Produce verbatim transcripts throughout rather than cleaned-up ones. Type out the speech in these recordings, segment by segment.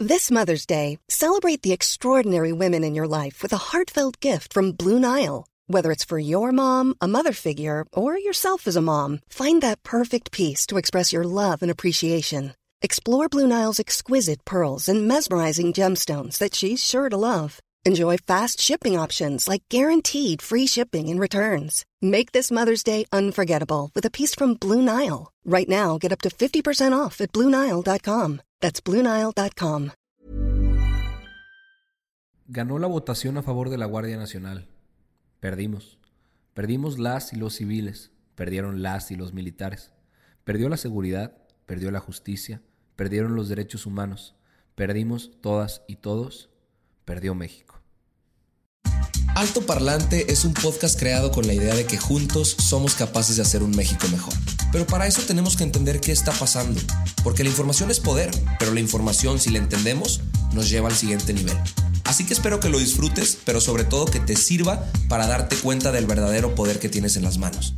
This Mother's Day, celebrate the extraordinary women in your life with a heartfelt gift from Blue Nile. Whether it's for your mom, a mother figure, or yourself as a mom, find that perfect piece to express your love and appreciation. Explore Blue Nile's exquisite pearls and mesmerizing gemstones that she's sure to love. Enjoy fast shipping options like guaranteed free shipping and returns. Make this Mother's Day unforgettable with a piece from Blue Nile. Right now, get up to fifty percent off at blue nile dot com. That's blue nile dot com. Ganó la votación a favor de la Guardia Nacional. Perdimos. Perdimos las y los civiles. Perdieron las y los militares. Perdió la seguridad. Perdió la justicia. Perdieron los derechos humanos. Perdimos todas y todos. Perdió México. Alto Parlante es un podcast creado con la idea de que juntos somos capaces de hacer un México mejor. Pero para eso tenemos que entender qué está pasando. Porque la información es poder, pero la información, si la entendemos, nos lleva al siguiente nivel. Así que espero que lo disfrutes, pero sobre todo que te sirva para darte cuenta del verdadero poder que tienes en las manos.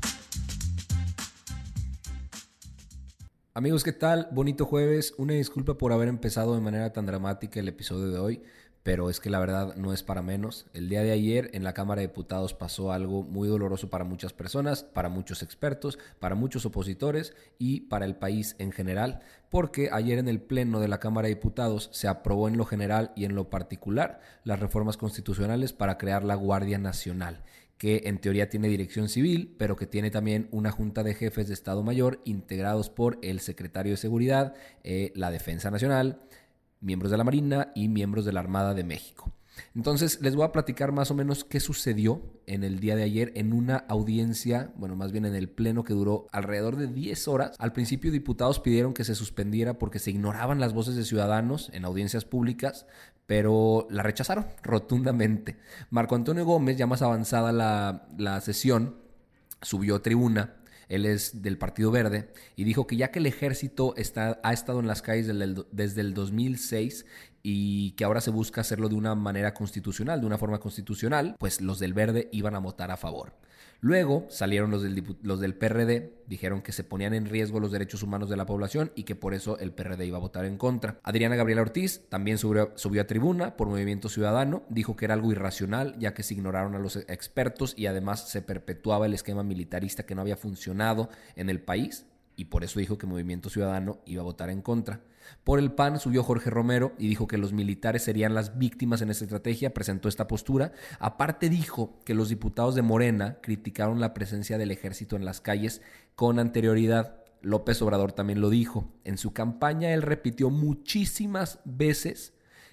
Amigos, ¿qué tal? Bonito jueves. Una disculpa por haber empezado de manera tan dramática el episodio de hoy, pero es que la verdad no es para menos. El día de ayer en la Cámara de Diputados pasó algo muy doloroso para muchas personas, para muchos expertos, para muchos opositores y para el país en general, porque ayer en el Pleno de la Cámara de Diputados se aprobó en lo general y en lo particular las reformas constitucionales para crear la Guardia Nacional, que en teoría tiene dirección civil, pero que tiene también una junta de jefes de Estado Mayor integrados por el secretario de Seguridad, eh, la Defensa Nacional, miembros de la Marina y miembros de la Armada de México. Entonces, les voy a platicar más o menos qué sucedió en el día de ayer en una audiencia, bueno, más bien en el pleno que duró alrededor de diez horas. Al principio, diputados pidieron que se suspendiera porque se ignoraban las voces de ciudadanos en audiencias públicas, pero la rechazaron rotundamente. Marco Antonio Gómez, ya más avanzada la, la sesión, subió a tribuna. Él es del Partido Verde y dijo que ya que el ejército está, ha estado en las calles desde el, desde el dos mil seis y que ahora se busca hacerlo de una manera constitucional, de una forma constitucional, pues los del Verde iban a votar a favor. Luego salieron los del, los del P R D, dijeron que se ponían en riesgo los derechos humanos de la población y que por eso el P R D iba a votar en contra. Adriana Gabriela Ortiz también subió, subió a tribuna por Movimiento Ciudadano, dijo que era algo irracional ya que se ignoraron a los expertos y además se perpetuaba el esquema militarista que no había funcionado en el país y por eso dijo que Movimiento Ciudadano iba a votar en contra. Por el P A N subió Jorge Romero y dijo que los militares serían las víctimas en esta estrategia, presentó esta postura. Aparte dijo que los diputados de Morena criticaron la presencia del ejército en las calles con anterioridad. López Obrador también lo dijo. En su campaña él repitió muchísimas veces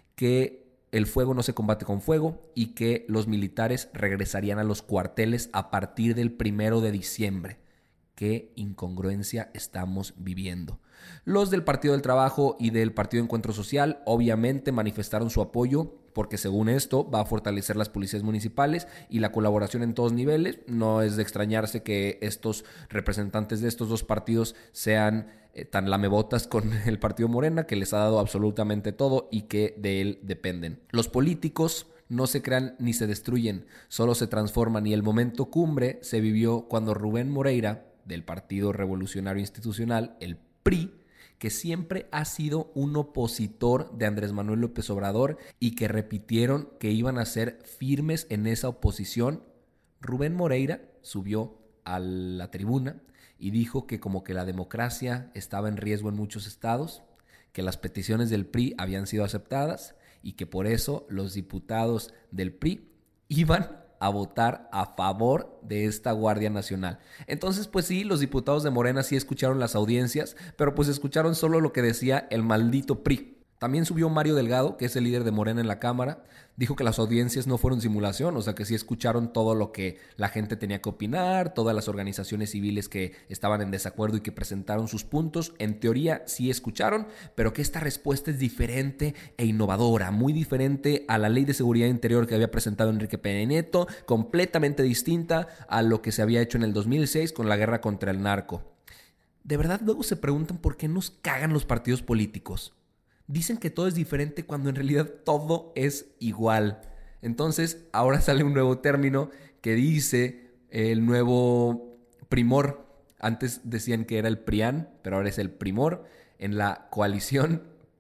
que el fuego no se combate con fuego y que los militares regresarían a los cuarteles a partir del primero de diciembre. ¿Qué incongruencia estamos viviendo? Los del Partido del Trabajo y del Partido Encuentro Social obviamente manifestaron su apoyo porque según esto va a fortalecer las policías municipales y la colaboración en todos niveles. No es de extrañarse que estos representantes de estos dos partidos sean eh, tan lamebotas con el Partido Morena, que les ha dado absolutamente todo y que de él dependen. Los políticos no se crean ni se destruyen, solo se transforman y el momento cumbre se vivió cuando Rubén Moreira, del Partido Revolucionario Institucional, el P R I, que siempre ha sido un opositor de Andrés Manuel López Obrador y que repitieron que iban a ser firmes en esa oposición, Rubén Moreira subió a la tribuna y dijo que como que la democracia estaba en riesgo en muchos estados, que las peticiones del P R I habían sido aceptadas y que por eso los diputados del P R I iban a votar a favor de esta Guardia Nacional. Entonces, pues sí, los diputados de Morena sí escucharon las audiencias, pero pues escucharon solo lo que decía el maldito P R I. También subió Mario Delgado, que es el líder de Morena en la Cámara. Dijo que las audiencias no fueron simulación, o sea que sí escucharon todo lo que la gente tenía que opinar, todas las organizaciones civiles que estaban en desacuerdo y que presentaron sus puntos. En teoría sí escucharon, pero que esta respuesta es diferente e innovadora, muy diferente a la Ley de Seguridad Interior que había presentado Enrique Peña Nieto, completamente distinta a lo que se había hecho en el dos mil seis con la guerra contra el narco. De verdad, luego se preguntan por qué nos cagan los partidos políticos. Dicen que todo es diferente cuando en realidad todo es igual. Entonces, ahora sale un nuevo término que dice el nuevo primor. Antes decían que era el PRIAN, pero ahora es el primor en la coalición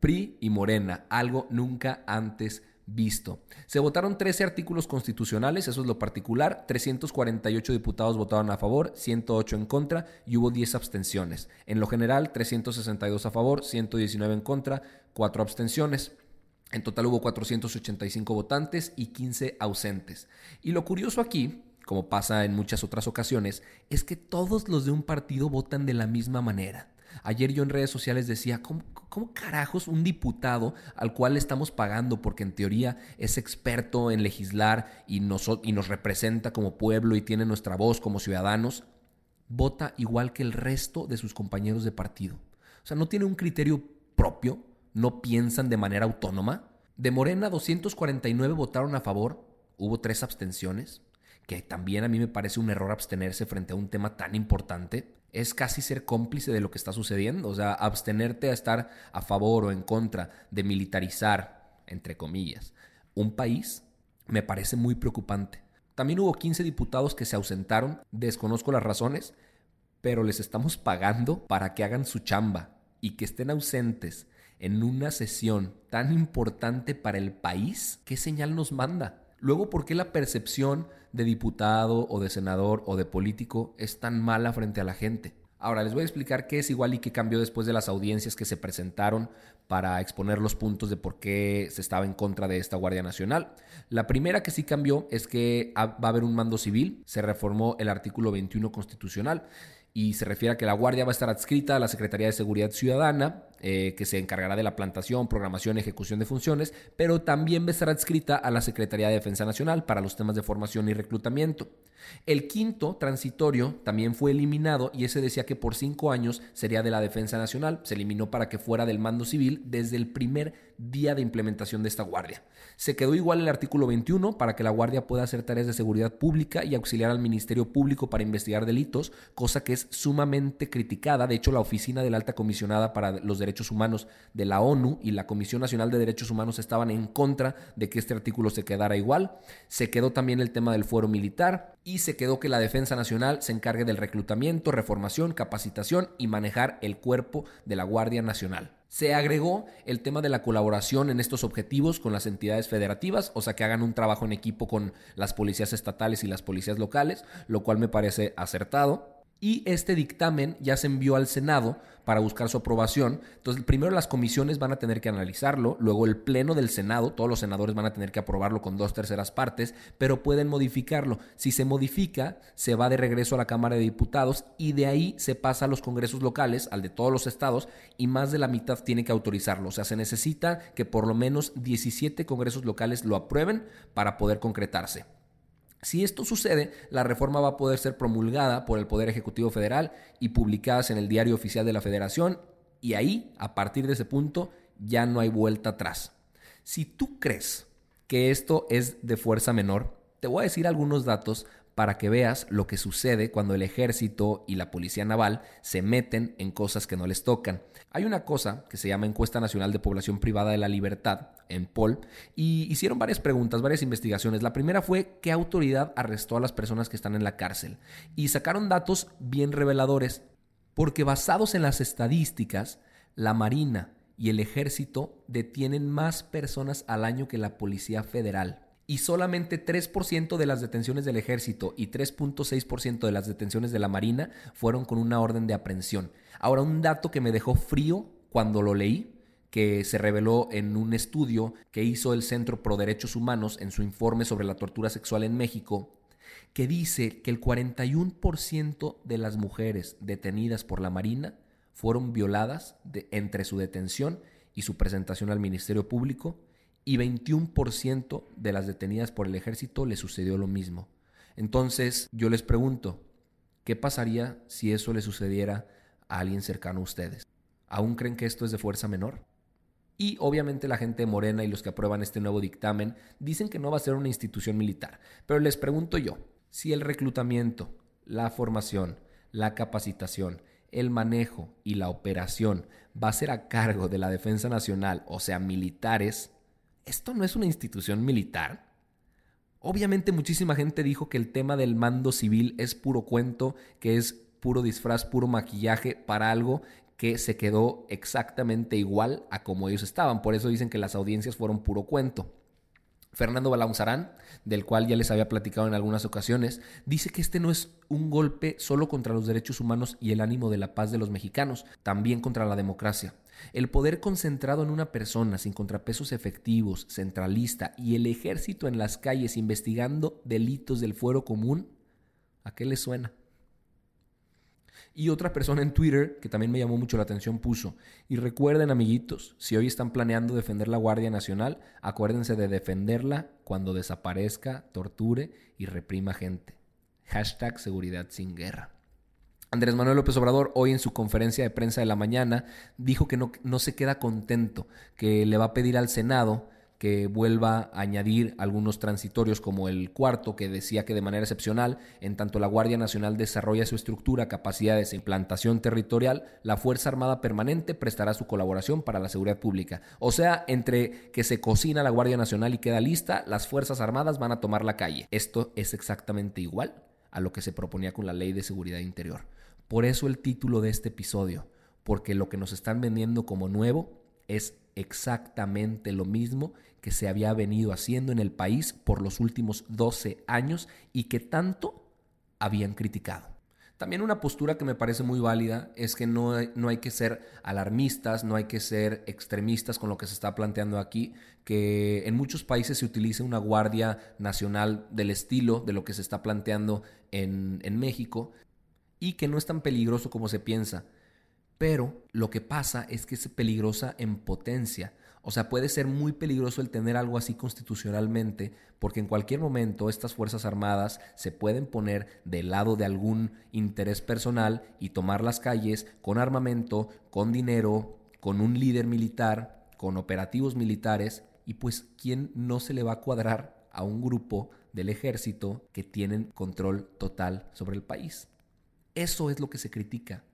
P R I y Morena, algo nunca antes visto. Se votaron trece artículos constitucionales, eso es lo particular, trescientos cuarenta y ocho diputados votaron a favor, ciento ocho en contra y hubo diez abstenciones. En lo general, trescientos sesenta y dos a favor, ciento diecinueve en contra, cuatro abstenciones. En total hubo cuatrocientos ochenta y cinco votantes y quince ausentes. Y lo curioso aquí, como pasa en muchas otras ocasiones, es que todos los de un partido votan de la misma manera. Ayer yo en redes sociales decía, ¿cómo, cómo carajos un diputado al cual le estamos pagando porque en teoría es experto en legislar y nos, y nos representa como pueblo y tiene nuestra voz como ciudadanos, vota igual que el resto de sus compañeros de partido? O sea, no tiene un criterio propio, no piensan de manera autónoma. De Morena, doscientos cuarenta y nueve votaron a favor, hubo tres abstenciones, que también a mí me parece un error abstenerse frente a un tema tan importante. Es casi ser cómplice de lo que está sucediendo. O sea, abstenerte a estar a favor o en contra de militarizar, entre comillas, un país, me parece muy preocupante. También hubo quince diputados que se ausentaron. Desconozco las razones, pero les estamos pagando para que hagan su chamba y que estén ausentes en una sesión tan importante para el país. ¿Qué señal nos manda? Luego, ¿por qué la percepción de diputado o de senador o de político es tan mala frente a la gente? Ahora les voy a explicar qué es igual y qué cambió después de las audiencias que se presentaron para exponer los puntos de por qué se estaba en contra de esta Guardia Nacional. La primera que sí cambió es que va a haber un mando civil. Se reformó el artículo veintiuno constitucional y se refiere a que la Guardia va a estar adscrita a la Secretaría de Seguridad Ciudadana, eh, que se encargará de la plantación, programación y ejecución de funciones, pero también va a estar adscrita a la Secretaría de Defensa Nacional para los temas de formación y reclutamiento. El quinto, transitorio, también fue eliminado y ese decía que por cinco años sería de la Defensa Nacional. Se eliminó para que fuera del mando civil desde el primer día de implementación de esta Guardia. Se quedó igual el artículo veintiuno para que la Guardia pueda hacer tareas de seguridad pública y auxiliar al Ministerio Público para investigar delitos, cosa que es sumamente criticada. De hecho, la Oficina de la Alta Comisionada para los Derechos Humanos de la ONU y la Comisión Nacional de Derechos Humanos estaban en contra de que este artículo se quedara igual. Se quedó también el tema del fuero militar y se quedó que la Defensa Nacional se encargue del reclutamiento, reformación, capacitación y manejar el cuerpo de la Guardia Nacional. Se agregó el tema de la colaboración en estos objetivos con las entidades federativas, o sea, que hagan un trabajo en equipo con las policías estatales y las policías locales, lo cual me parece acertado. Y este dictamen ya se envió al Senado para buscar su aprobación. Entonces, primero las comisiones van a tener que analizarlo, luego el pleno del Senado, todos los senadores van a tener que aprobarlo con dos terceras partes, pero pueden modificarlo. Si se modifica, se va de regreso a la Cámara de Diputados y de ahí se pasa a los congresos locales, al de todos los estados, y más de la mitad tiene que autorizarlo. O sea, se necesita que por lo menos diecisiete congresos locales lo aprueben para poder concretarse. Si esto sucede, la reforma va a poder ser promulgada por el Poder Ejecutivo Federal y publicadas en el Diario Oficial de la Federación, y ahí, a partir de ese punto, ya no hay vuelta atrás. Si tú crees que esto es de fuerza menor, te voy a decir algunos datos para que veas lo que sucede cuando el ejército y la policía naval se meten en cosas que no les tocan. Hay una cosa que se llama Encuesta Nacional de Población Privada de la Libertad, en P O L, y hicieron varias preguntas, varias investigaciones. La primera fue ¿qué autoridad arrestó a las personas que están en la cárcel? Y sacaron datos bien reveladores, porque basados en las estadísticas, la Marina y el Ejército detienen más personas al año que la Policía Federal. Y solamente tres por ciento de las detenciones del Ejército y tres punto seis por ciento de las detenciones de la Marina fueron con una orden de aprehensión. Ahora, un dato que me dejó frío cuando lo leí, que se reveló en un estudio que hizo el Centro Pro Derechos Humanos en su informe sobre la tortura sexual en México, que dice que el cuarenta y uno por ciento de las mujeres detenidas por la Marina fueron violadas de, entre su detención y su presentación al Ministerio Público, y veintiuno por ciento de las detenidas por el Ejército le sucedió lo mismo. Entonces, yo les pregunto, ¿qué pasaría si eso le sucediera a alguien cercano a ustedes? ¿Aún creen que esto es de fuerza menor? Y obviamente la gente de Morena y los que aprueban este nuevo dictamen dicen que no va a ser una institución militar. Pero les pregunto yo, si el reclutamiento, la formación, la capacitación, el manejo y la operación va a ser a cargo de la Defensa Nacional, o sea, militares, ¿esto no es una institución militar? Obviamente muchísima gente dijo que el tema del mando civil es puro cuento, que es puro disfraz, puro maquillaje para algo que se quedó exactamente igual a como ellos estaban. Por eso dicen que las audiencias fueron puro cuento. Fernando Balanzarán, del cual ya les había platicado en algunas ocasiones, dice que este no es un golpe solo contra los derechos humanos y el ánimo de la paz de los mexicanos, también contra la democracia. El poder concentrado en una persona sin contrapesos efectivos, centralista, y el ejército en las calles investigando delitos del fuero común, ¿a qué les suena? Y otra persona en Twitter, que también me llamó mucho la atención, puso: y recuerden, amiguitos, si hoy están planeando defender la Guardia Nacional, acuérdense de defenderla cuando desaparezca, torture y reprima gente. Hashtag seguridad sin guerra. Andrés Manuel López Obrador, hoy en su conferencia de prensa de la mañana, dijo que no, no se queda contento, que le va a pedir al Senado que vuelva a añadir algunos transitorios como el cuarto, que decía que de manera excepcional, en tanto la Guardia Nacional desarrolla su estructura, capacidades e implantación territorial, la Fuerza Armada Permanente prestará su colaboración para la seguridad pública. O sea, entre que se cocina la Guardia Nacional y queda lista, las Fuerzas Armadas van a tomar la calle. Esto es exactamente igual a lo que se proponía con la Ley de Seguridad Interior. Por eso el título de este episodio, porque lo que nos están vendiendo como nuevo es exactamente lo mismo que se había venido haciendo en el país por los últimos doce años y que tanto habían criticado. También una postura que me parece muy válida es que no hay, no hay que ser alarmistas, no hay que ser extremistas con lo que se está planteando aquí, que en muchos países se utilice una Guardia Nacional del estilo de lo que se está planteando en, en México y que no es tan peligroso como se piensa. Pero lo que pasa es que es peligrosa en potencia. O sea, puede ser muy peligroso el tener algo así constitucionalmente, porque en cualquier momento estas Fuerzas Armadas se pueden poner del lado de algún interés personal y tomar las calles con armamento, con dinero, con un líder militar, con operativos militares, y pues ¿quién no se le va a cuadrar a un grupo del ejército que tienen control total sobre el país? Eso es lo que se critica.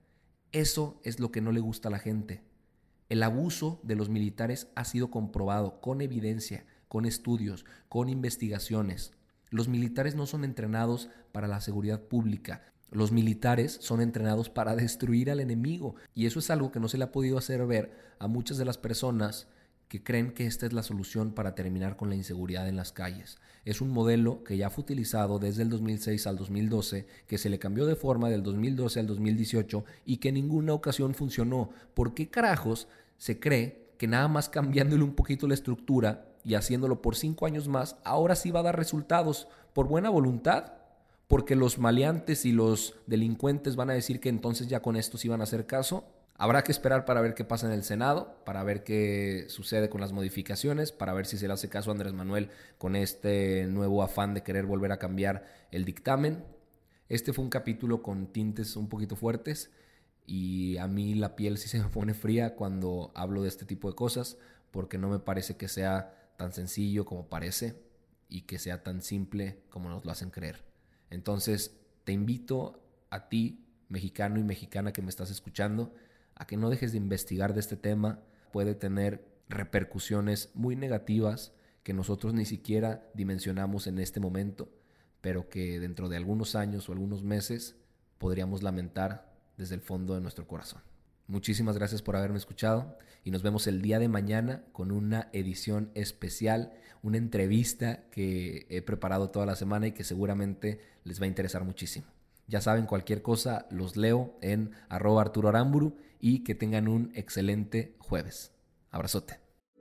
Eso es lo que no le gusta a la gente. El abuso de los militares ha sido comprobado con evidencia, con estudios, con investigaciones. Los militares no son entrenados para la seguridad pública. Los militares son entrenados para destruir al enemigo. Y eso es algo que no se le ha podido hacer ver a muchas de las personas que creen que esta es la solución para terminar con la inseguridad en las calles. Es un modelo que ya fue utilizado desde el dos mil seis al dos mil doce, que se le cambió de forma del dos mil doce al dos mil dieciocho y que en ninguna ocasión funcionó. ¿Por qué carajos se cree que nada más cambiándole un poquito la estructura y haciéndolo por cinco años más, ahora sí va a dar resultados? ¿Por buena voluntad? ¿Porque los maleantes y los delincuentes van a decir que entonces ya con esto sí van a hacer caso? Habrá que esperar para ver qué pasa en el Senado, para ver qué sucede con las modificaciones, para ver si se le hace caso a Andrés Manuel con este nuevo afán de querer volver a cambiar el dictamen. Este fue un capítulo con tintes un poquito fuertes y a mí la piel sí se me pone fría cuando hablo de este tipo de cosas, porque no me parece que sea tan sencillo como parece y que sea tan simple como nos lo hacen creer. Entonces te invito a ti, mexicano y mexicana que me estás escuchando, a que no dejes de investigar de este tema. Puede tener repercusiones muy negativas que nosotros ni siquiera dimensionamos en este momento, pero que dentro de algunos años o algunos meses podríamos lamentar desde el fondo de nuestro corazón. Muchísimas gracias por haberme escuchado y nos vemos el día de mañana con una edición especial, una entrevista que he preparado toda la semana y que seguramente les va a interesar muchísimo. Ya saben, cualquier cosa los leo en arroba Arturo Aramburu y que tengan un excelente jueves. Abrazote.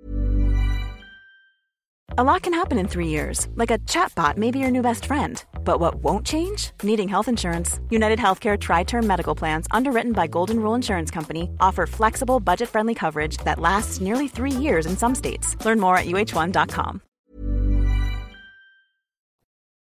A lot can happen in three years, like a chatbot may be your new best friend. But what won't change? Needing health insurance. United Healthcare Tri-Term Medical Plans, underwritten by Golden Rule Insurance Company, offer flexible, budget-friendly coverage that lasts nearly three years in some states. Learn more at U H one dot com.